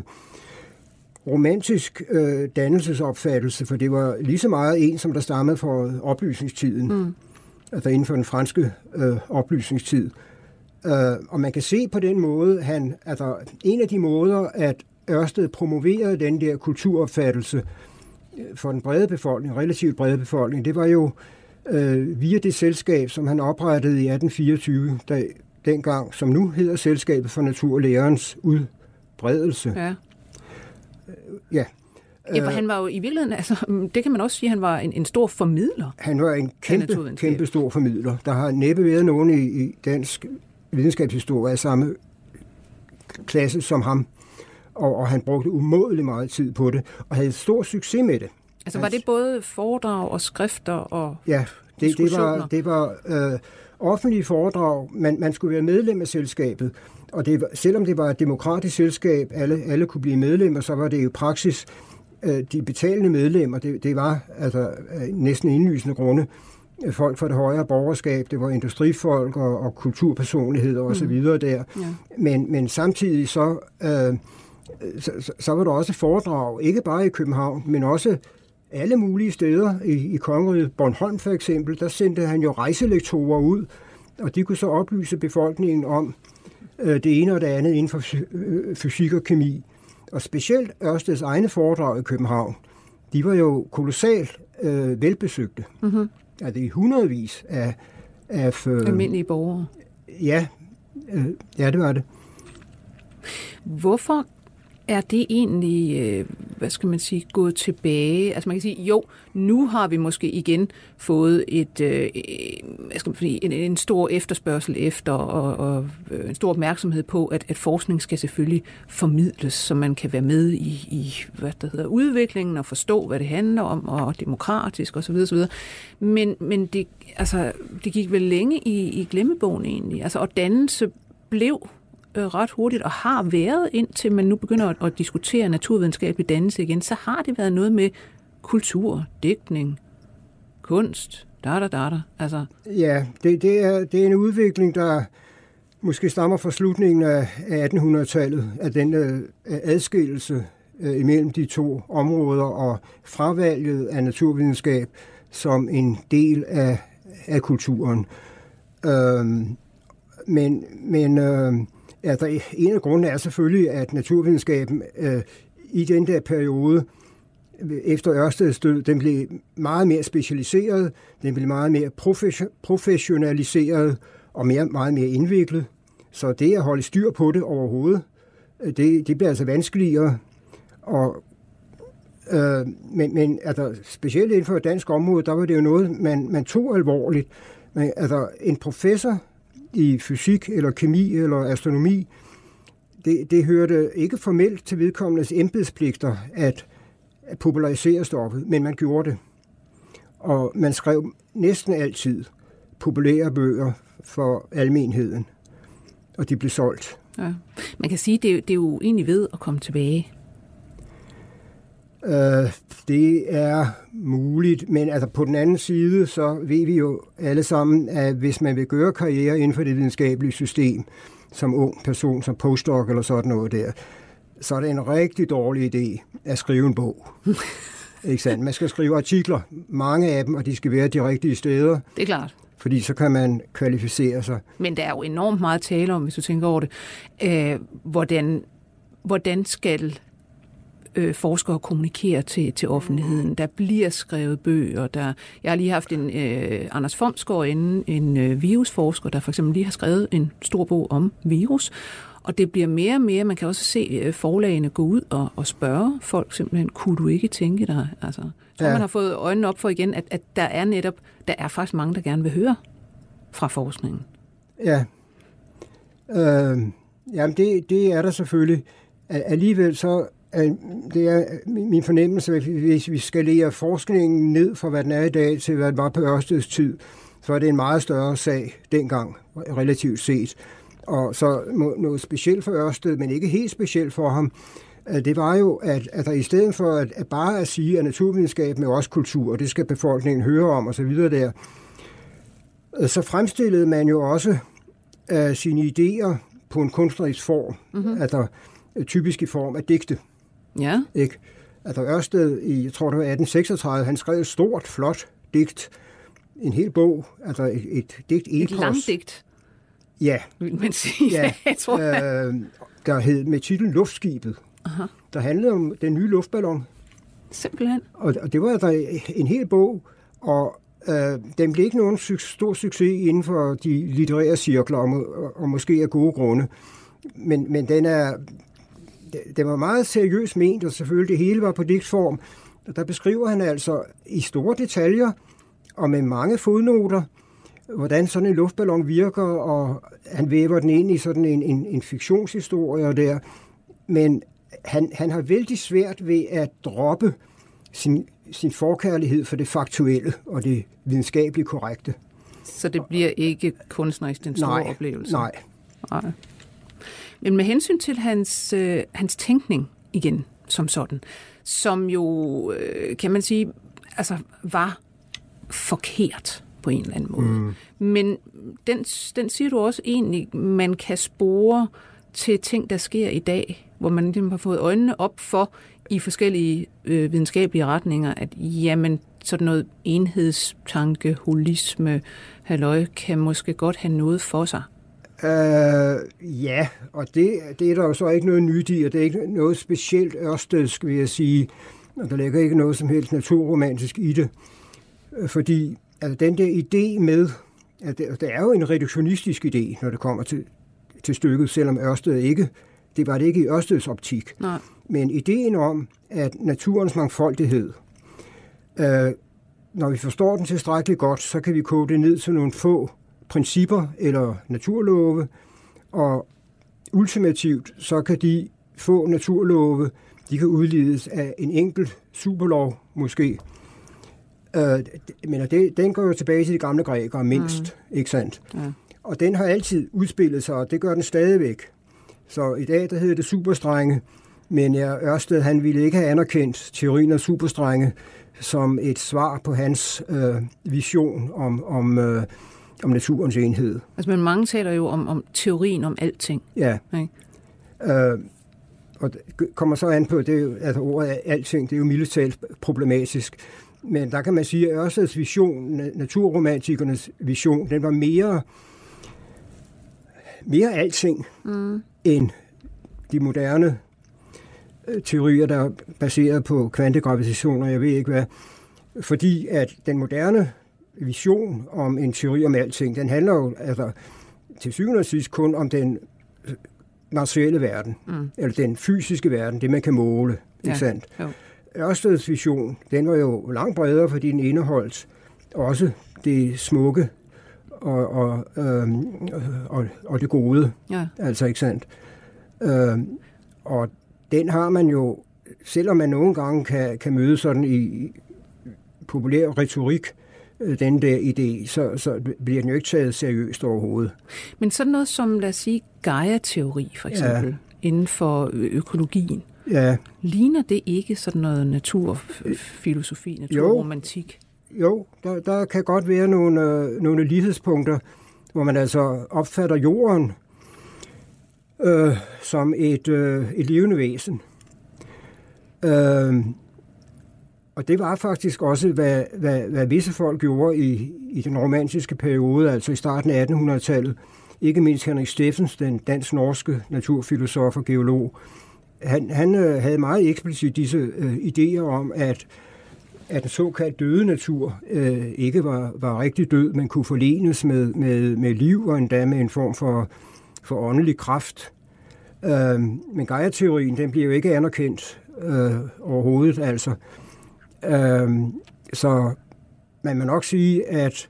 romantisk dannelsesopfattelse, for det var lige så meget en, som der stammede fra oplysningstiden, altså inden for den franske oplysningstid. Og man kan se på den måde, altså en af de måder, at Ørsted promoverede den der kulturopfattelse for den brede befolkning, relativt brede befolkning, det var jo via det selskab, som han oprettede i 1824, dengang, som nu hedder Selskabet for Naturlærerens Udbredelse. Ja. Ja. Ja, for han var jo i virkeligheden, altså, det kan man også sige, han var en stor formidler. Han var en kæmpe stor formidler. Der har næppe været nogen i dansk videnskabshistorie af samme klasse som ham, og han brugte umådelig meget tid på det, og havde stor succes med det. Altså var det både foredrag og skrifter og diskussioner? Det var offentlige foredrag. Man skulle være medlem af selskabet, og selvom det var et demokratisk selskab, alle kunne blive medlemmer, så var det jo praksis de betalende medlemmer. Det var altså næsten indlysende grunde folk fra det højere borgerskab, det var industrifolk og kulturpersonligheder og så videre der. Ja. Men samtidig så var der også foredrag, ikke bare i København, men også alle mulige steder i kongeriget. Bornholm for eksempel, der sendte han jo rejselektorer ud, og de kunne så oplyse befolkningen om det ene og det andet inden for fysik og kemi. Og specielt Ørsteds egne foredrag i København, de var jo kolossalt velbesøgte. Mm-hmm. Altså i hundredvis af almindelige borgere. Ja, det var det. Hvorfor er det egentlig, gået tilbage? Altså man kan sige, jo, nu har vi måske igen fået en stor efterspørgsel efter, og en stor opmærksomhed på, at forskning skal selvfølgelig formidles, så man kan være med i udviklingen og forstå, hvad det handler om, og demokratisk osv. osv. Men det gik vel længe i glemmebogen egentlig. Altså, og dannelse blev ret hurtigt, og har været, indtil man nu begynder at diskutere naturvidenskabelig dannelse igen, så har det været noget med kultur, digtning, kunst, altså. Ja, det er en udvikling, der måske stammer fra slutningen af 1800-tallet, af den adskillelse imellem de to områder og fravalget af naturvidenskab som en del af kulturen. Altså, en af grundene er selvfølgelig, at naturvidenskaben i den der periode, efter Ørsteds død, den blev meget mere specialiseret, den blev meget mere professionaliseret og meget mere indviklet. Så det at holde styr på det overhovedet, det bliver altså vanskeligere. Men altså, specielt inden for et dansk område, der var det jo noget, man tog alvorligt. Men, altså, en professor i fysik eller kemi eller astronomi, det hørte ikke formelt til vedkommendes embedspligter at popularisere stoffet, men man gjorde det. Og man skrev næsten altid populære bøger for almenheden, og de blev solgt. Ja. Man kan sige, det er jo egentlig ved at komme tilbage. Det er muligt, men altså på den anden side, så ved vi jo alle sammen, at hvis man vil gøre karriere inden for det videnskabelige system, som ung person, som postdoc eller sådan noget der, så er det en rigtig dårlig idé at skrive en bog. Ikke sandt? Man skal skrive artikler, mange af dem, og de skal være de rigtige steder. Det er klart. Fordi så kan man kvalificere sig. Men der er jo enormt meget at tale om, hvis du tænker over det. Hvordan skal forskere kommunikerer til offentligheden. Der bliver skrevet bøger. Jeg har lige haft en Anders Fomsgaard inden, en virusforsker, der for eksempel lige har skrevet en stor bog om virus. Og det bliver mere og mere, man kan også se forlagene gå ud og spørge folk simpelthen, kunne du ikke tænke dig? Altså, så man har fået øjnene op for igen, at der er faktisk mange, der gerne vil høre fra forskningen. Ja. Jamen det er der selvfølgelig. Alligevel så det er min fornemmelse, at hvis vi skalerer forskningen ned fra, hvad den er i dag, til hvad den var på Ørsteds tid, så er det en meget større sag dengang, relativt set. Og så noget specielt for Ørsted, men ikke helt specielt for ham, det var jo, at der i stedet for at bare at sige, at naturvidenskab er også kultur, og det skal befolkningen høre om osv. der, så fremstillede man jo også sine idéer på en kunstnerisk form, altså typisk i form af digte. Ja. Ikke? Altså Ørsted i, jeg tror det var 1836, han skrev et stort, flot digt, en hel bog, altså et digt epos. Et langt digt. Ja. Vil man sige. Ja, tror jeg. Der hed med titlen Luftskibet. Aha. Der handlede om den nye luftballon. Simpelthen. Og det var der en hel bog, og den blev ikke nogen stor succes inden for de litterære cirkler, og måske af gode grunde. Men den var meget seriøst ment, og selvfølgelig det hele var på digtform. Og der beskriver han altså i store detaljer, og med mange fodnoter, hvordan sådan en luftballon virker, og han væver den ind i sådan en fiktionshistorie der. Men han har vældig svært ved at droppe sin forkærlighed for det faktuelle og det videnskabeligt korrekte. Så det bliver ikke kunstnerisk den store oplevelse? Nej. Men med hensyn til hans tænkning igen som sådan, som jo, kan man sige, altså var forkert på en eller anden måde. Men den siger du også egentlig, man kan spore til ting, der sker i dag, hvor man ligesom har fået øjnene op for i forskellige videnskabelige retninger, at jamen, sådan noget enhedstanke, holisme, halløj, kan måske godt have noget for sig. Ja, og det er der jo så ikke noget nyt i, og det er ikke noget specielt ørstedsk, vil jeg sige. Og der ligger ikke noget som helst naturromantisk i det. Fordi altså, den der idé med, at det er jo en reduktionistisk idé, når det kommer til stykket, selvom Ørsted ikke, det var det ikke i Ørsteds optik. Nej. Men ideen om, at naturens mangfoldighed, når vi forstår den tilstrækkeligt godt, så kan vi koge det ned til nogle få principper eller naturlove, og ultimativt så kan de få naturlove, de kan udledes af en enkelt superlov måske. Men den går jo tilbage til de gamle grækere mindst, ikke sandt? Ja. Og den har altid udspillet sig, og det gør den stadigvæk. Så i dag, der hedder det superstrenge, men Ørsted, han ville ikke have anerkendt teorien af superstrenge som et svar på hans vision om naturens enhed. Altså, men mange taler jo om teorien om alting. Ja. Og det kommer så an på, det altså ordet alting, det er jo mildest talt problematisk. Men der kan man sige, at Ørsteds vision, naturromantikernes vision, den var mere alting end de moderne teorier, der er baseret på kvantegravitation, og jeg ved ikke hvad. Fordi at den moderne vision om en teori om alting, den handler jo altså, til syvende og sidst kun om den materielle verden, eller den fysiske verden, det man kan måle, ikke sandt? Jo. Ørsteds vision, den var jo langt bredere, fordi den indeholdt også det smukke og det gode, altså ikke sandt? Og den har man jo, selvom man nogle gange kan møde sådan i populær retorik, den der idé, så bliver den jo ikke taget seriøst overhovedet. Men sådan noget som, lad os sige, Gaia-teori for eksempel, inden for økologien, ligner det ikke sådan noget naturfilosofi, naturromantik? Jo, der kan godt være nogle lighedspunkter, hvor man altså opfatter jorden som et levende væsen. Og det var faktisk også, hvad visse folk gjorde i den romantiske periode, altså i starten af 1800-tallet. Ikke mindst Henrik Steffens, den dansk-norske naturfilosof og geolog. Han havde meget eksplicit disse idéer om, at den såkaldt døde natur ikke var rigtig død, men kunne forlenes med liv og endda med en form for åndelig kraft. Men Gaia-teorien, den bliver jo ikke anerkendt overhovedet, altså. Så man må nok sige, at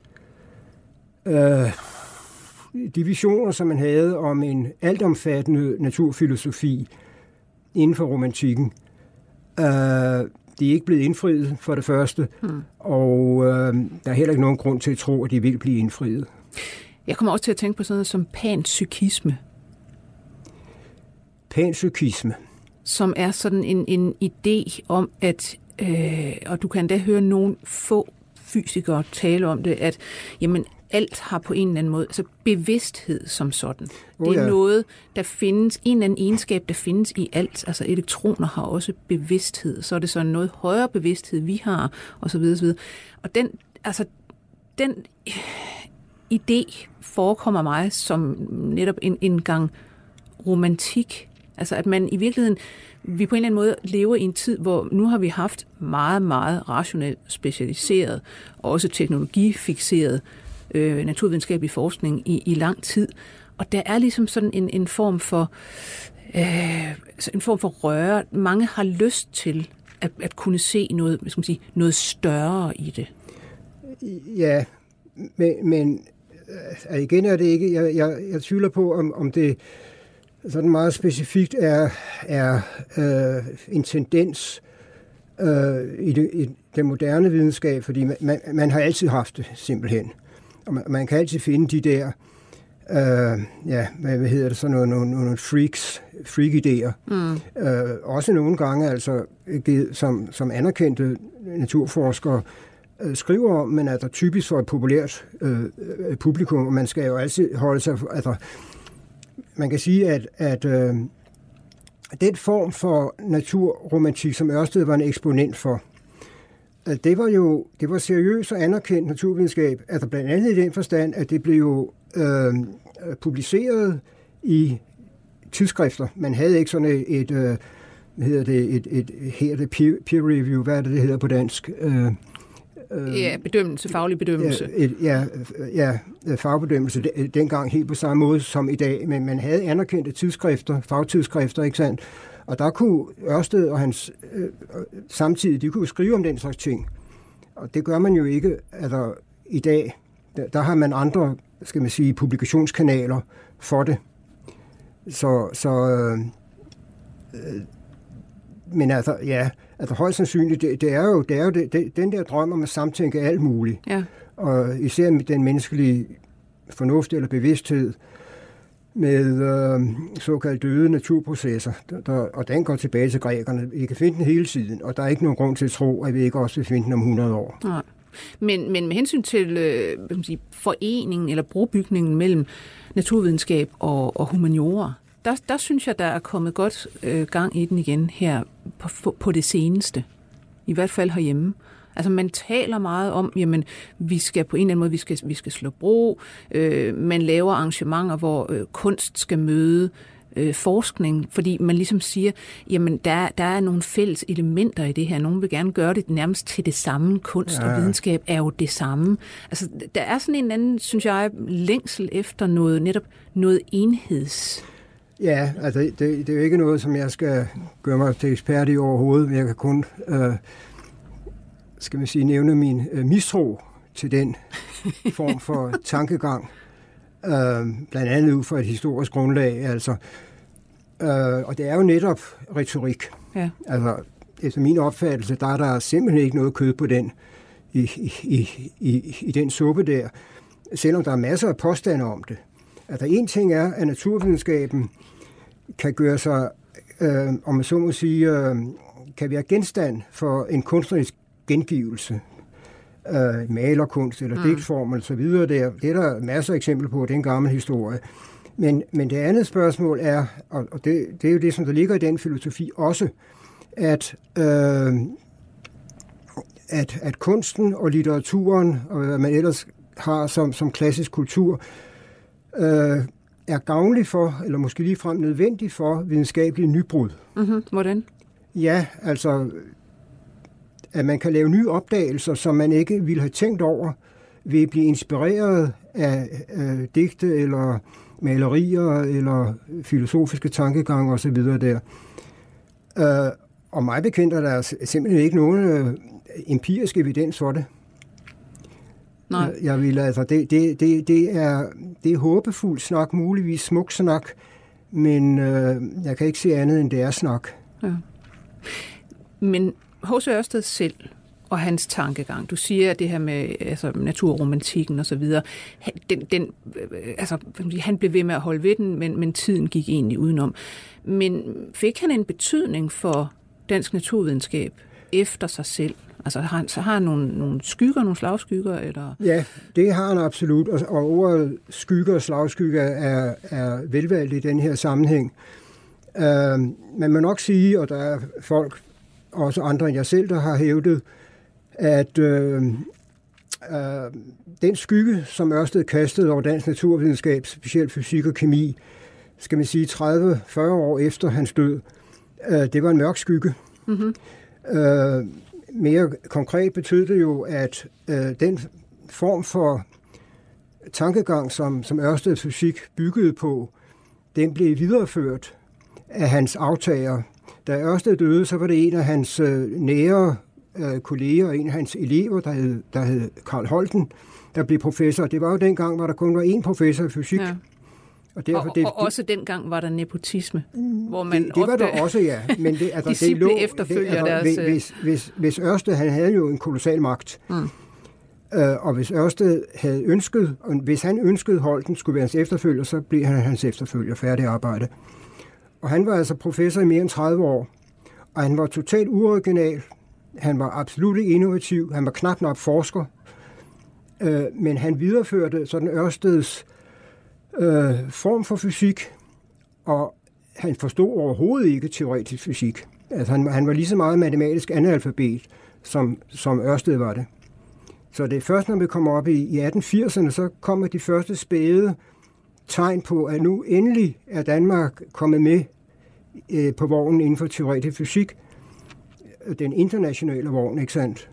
de visioner, som man havde om en altomfattende naturfilosofi inden for romantikken, de er ikke blevet indfriet for det første, og der er heller ikke nogen grund til at tro, at de vil blive indfriet. Jeg kommer også til at tænke på sådan noget som panpsykisme. Panpsykisme. Som er sådan en idé om, at, og du kan da høre nogle få fysikere tale om det, at jamen, alt har på en eller anden måde, altså bevidsthed som sådan. Det er noget, der findes, en eller anden egenskab, der findes i alt. Altså elektroner har også bevidsthed, så er det sådan noget højere bevidsthed, vi har, og så videre, så videre. Og den idé forekommer mig som netop en gang romantik. Altså at man i virkeligheden, vi på en eller anden måde lever i en tid, hvor nu har vi haft meget, meget rationelt specialiseret, og også teknologifixeret naturvidenskabelig forskning i lang tid. Og der er ligesom sådan en form for røre. Mange har lyst til at kunne se noget, hvad skal man sige, noget større i det. Ja, men igen er det ikke. Jeg tvivler på, om det sådan meget specifikt er en tendens i den moderne videnskab, fordi man har altid haft det, simpelthen. Og man kan altid finde de der, hvad hedder det, sådan nogle freak-idéer. Også nogle gange, altså, som anerkendte naturforskere skriver om, men altså typisk for et populært publikum, og man skal jo altid holde sig, altså, man kan sige, at den form for naturromantik, som Ørsted var en eksponent for, det var seriøst og anerkendt naturvidenskab, altså blandt andet i den forstand, at det blev jo publiceret i tidsskrifter. Man havde ikke sådan et peer review, hvad er det hedder på dansk? Bedømmelse, faglig bedømmelse. Fagbedømmelse, dengang helt på samme måde som i dag, men man havde anerkendte tidsskrifter, fagtidsskrifter, ikke sandt? Og der kunne Ørsted og hans samtidig, de kunne skrive om den slags ting. Og det gør man jo ikke altså, i dag. Der har man andre, skal man sige, publikationskanaler for det. Men altså, ja, altså højst sandsynligt, det er jo den der drøm om at samtænke alt muligt. Ja. Og især med den menneskelige fornuft eller bevidsthed med såkaldt døde naturprocesser, og den går tilbage til grækerne. I kan finde den hele tiden, og der er ikke nogen grund til at tro, at vi ikke også vil finde den om 100 år. Nej. Men med hensyn til foreningen eller brobygningen mellem naturvidenskab og humaniora, der synes jeg, der er kommet godt gang i den igen her på det seneste. I hvert fald herhjemme. Altså man taler meget om, jamen vi skal på en eller anden måde, vi skal slå bro. Man laver arrangementer, hvor kunst skal møde forskning, fordi man ligesom siger, jamen der er nogle fælles elementer i det her. Nogen vil gerne gøre det nærmest til det samme. Kunst og videnskab er jo det samme. Altså der er sådan en anden, synes jeg, længsel efter noget enheds. Ja, altså det er jo ikke noget, som jeg skal gøre mig til ekspert i overhovedet, men jeg kan kun skal man sige, nævne min mistro til den form for tankegang, blandt andet ud fra et historisk grundlag, altså. Og det er jo netop retorik. Ja. Altså, efter min opfattelse, der er der simpelthen ikke noget kød på den, i den suppe der, selvom der er masser af påstande om det. Altså, en ting er, at naturvidenskaben kan gøre sig, om man så må sige, kan være genstand for en kunstnerisk gengivelse, malerkunst eller digtform og så videre. Det er der masser af eksempler på, det er en gammel historie. Men det andet spørgsmål er, og det er jo det, som der ligger i den filosofi også, at kunsten og litteraturen, og hvad man ellers har som klassisk kultur, er gavnlig for, eller måske ligefrem nødvendig for, videnskabelige nybrud. Mm-hmm. Hvordan? Ja, altså at man kan lave nye opdagelser, som man ikke ville have tænkt over, ved at blive inspireret af digte eller malerier eller filosofiske tankegange osv. der. Og mig bekendt er der simpelthen ikke nogen empirisk evidens for det. Nej. Jeg vil altså det er håbefuld snak, muligvis smuk snak, men jeg kan ikke se andet end det er snak. Ja. Men H.C. Ørsted selv og hans tankegang. Du siger det her med naturromantikken og så videre. Han blev ved med at holde ved den, men tiden gik egentlig udenom. Men fik han en betydning for dansk naturvidenskab efter sig selv? Altså har han nogle skygger, nogle slagskygger? Eller? Ja, det har han absolut, og ordet skygger og slagskygger er velvalgt i den her sammenhæng. Man må nok sige, og der er folk, også andre end jeg selv, der har hævdet, at den skygge, som Ørsted kastede over dansk naturvidenskab, specielt fysik og kemi, skal man sige 30-40 år efter hans død, det var en mørk skygge. Mm-hmm. Mere konkret betød det jo, at den form for tankegang, som Ørsteds fysik byggede på, den blev videreført af hans aftager. Da Ørsted døde, så var det en af hans nære kolleger, en af hans elever, der hed Carl Holten, der blev professor. Det var jo dengang, hvor der kun var én professor i fysik. Ja. Og også dengang var der nepotisme, hvor man det var der også, ja. Men det, altså, det lå, efterfølger deres... Hvis Ørsted, han havde jo en kolossal magt, og hvis Ørsted havde ønsket, og hvis han ønskede Holten skulle være hans efterfølger, så blev han hans efterfølger, færdig arbejde. Og han var altså professor i mere end 30 år, og han var totalt uoriginal, han var absolut ikke innovativ, han var knap nok forsker, men han videreførte sådan Ørsteds form for fysik, og han forstod overhovedet ikke teoretisk fysik. Altså, han var lige så meget matematisk analfabet, som Ørsted var det. Så det er først, når vi kommer op i 1880'erne, så kommer de første spæde tegn på, at nu endelig er Danmark kommet med på vognen inden for teoretisk fysik. Den internationale vogn, ikke sandt?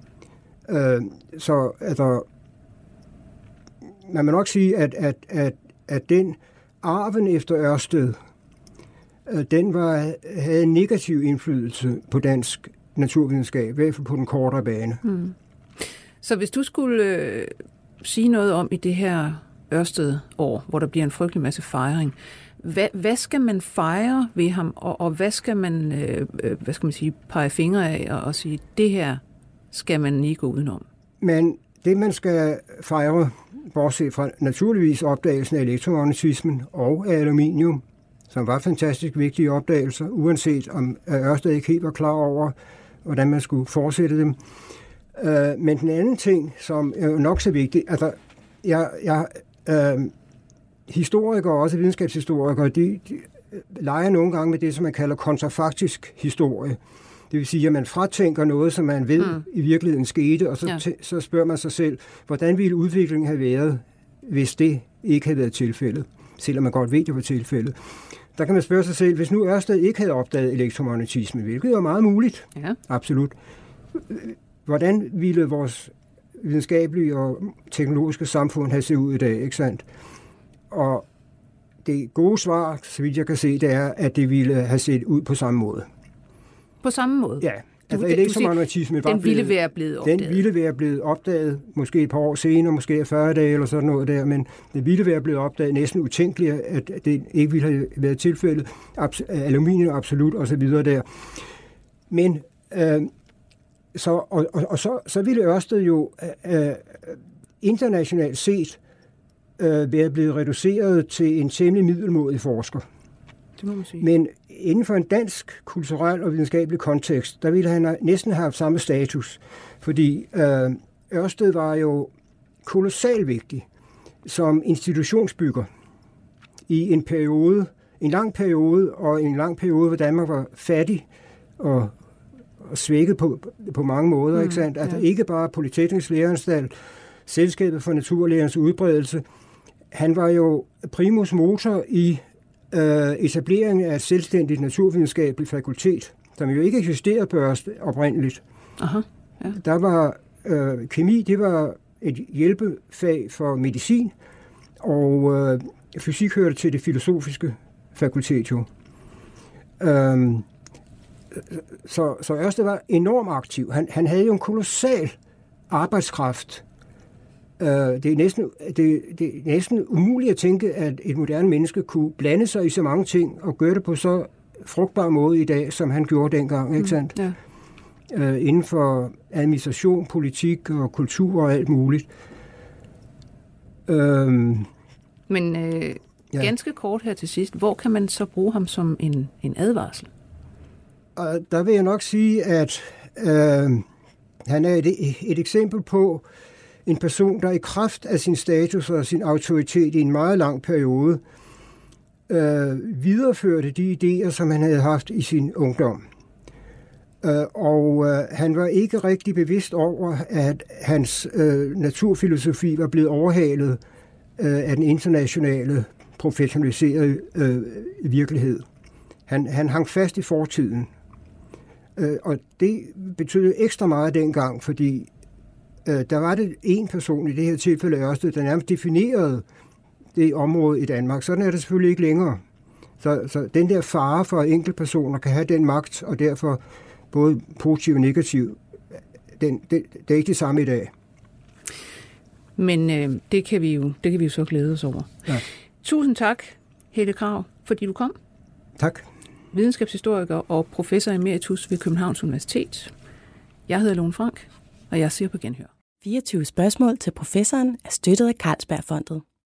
Så altså, man må nok sige, at den arven efter Ørsted, den havde en negativ indflydelse på dansk naturvidenskab, i hvert fald på den kortere bane. Mm. Så hvis du skulle sige noget om i det her Ørsted-år, hvor der bliver en frygtelig masse fejring, hvad skal man fejre ved ham, og hvad skal man, pege fingre af og sige, det her skal man lige gå udenom? Men det, man skal fejre, bortset fra naturligvis opdagelsen af elektromagnetismen og af aluminium, som var fantastisk vigtige opdagelser, uanset om Ørsted ikke helt var klar over, hvordan man skulle fortsætte dem. Men den anden ting, som er nok så vigtig, altså historikere, også videnskabshistorikere, de leger nogle gange med det, som man kalder kontrafaktisk historie. Det vil sige, at man fratænker noget, som man ved i virkeligheden skete, og så spørger man sig selv, hvordan ville udviklingen have været, hvis det ikke havde været tilfældet, selvom man godt ved, det var tilfældet. Der kan man spørge sig selv, hvis nu Ørsted ikke havde opdaget elektromagnetisme, hvilket var meget muligt, absolut, hvordan ville vores videnskabelige og teknologiske samfund have set ud i dag, ikke sandt? Og det gode svar, så vidt jeg kan se, det er, at det ville have set ud på samme måde. På samme måde? Ja. Altså elektromagnetismen den ville være blevet opdaget. Den ville være blevet opdaget, måske et par år senere, måske 40 dage eller sådan noget der, men det ville være blevet opdaget næsten utænkeligt, at det ikke ville have været tilfældet. Aluminium absolut, og så videre der. Men så ville Ørsted jo internationalt set være blevet reduceret til en temmelig middelmådig forsker. Det må man sige. Men inden for en dansk kulturel og videnskabelig kontekst, der ville han næsten have samme status, fordi Ørsted var jo kolossalt vigtig som institutionsbygger i en lang periode, hvor Danmark var fattig og svækket på mange måder, ikke sandt? Altså ikke bare Polyteknisk Læreanstalt, Selskabet for Naturlægernes udbredelse. Han var jo primus motor i etableringen af et selvstændigt naturvidenskabeligt fakultet, som jo ikke eksisterede på Ørsted oprindeligt. Aha, ja. Der var kemi, det var et hjælpefag for medicin, og fysik hørte til det filosofiske fakultet jo. Så Ørsted var enormt aktiv. Han havde jo en kolossal arbejdskraft. Det er næsten umuligt at tænke, at et moderne menneske kunne blande sig i så mange ting og gøre det på så frugtbar måde i dag, som han gjorde dengang, ikke sandt? inden for administration, politik og kultur og alt muligt. Men ganske kort her til sidst, hvor kan man så bruge ham som en advarsel? Og der vil jeg nok sige, at han er et eksempel på en person, der i kraft af sin status og sin autoritet i en meget lang periode videreførte de idéer, som han havde haft i sin ungdom. Og han var ikke rigtig bevidst over, at hans naturfilosofi var blevet overhalet af den internationale professionaliserede virkelighed. Han hang fast i fortiden. Og det betød ekstra meget dengang, fordi der var det en person, i det her tilfælde Ørsted, der nærmest definerede det område i Danmark. Sådan er det selvfølgelig ikke længere. Så den der fare for enkeltpersoner kan have den magt, og derfor både positiv og negativ, det er ikke det samme i dag. Men det kan vi jo så glæde os over. Ja. Tusind tak, Helle Krag, fordi du kom. Tak. Videnskabshistoriker og professor emeritus ved Københavns Universitet. Jeg hedder Lone Frank, og jeg siger på genhør. 24 spørgsmål til professoren er støttet af Carlsbergfondet.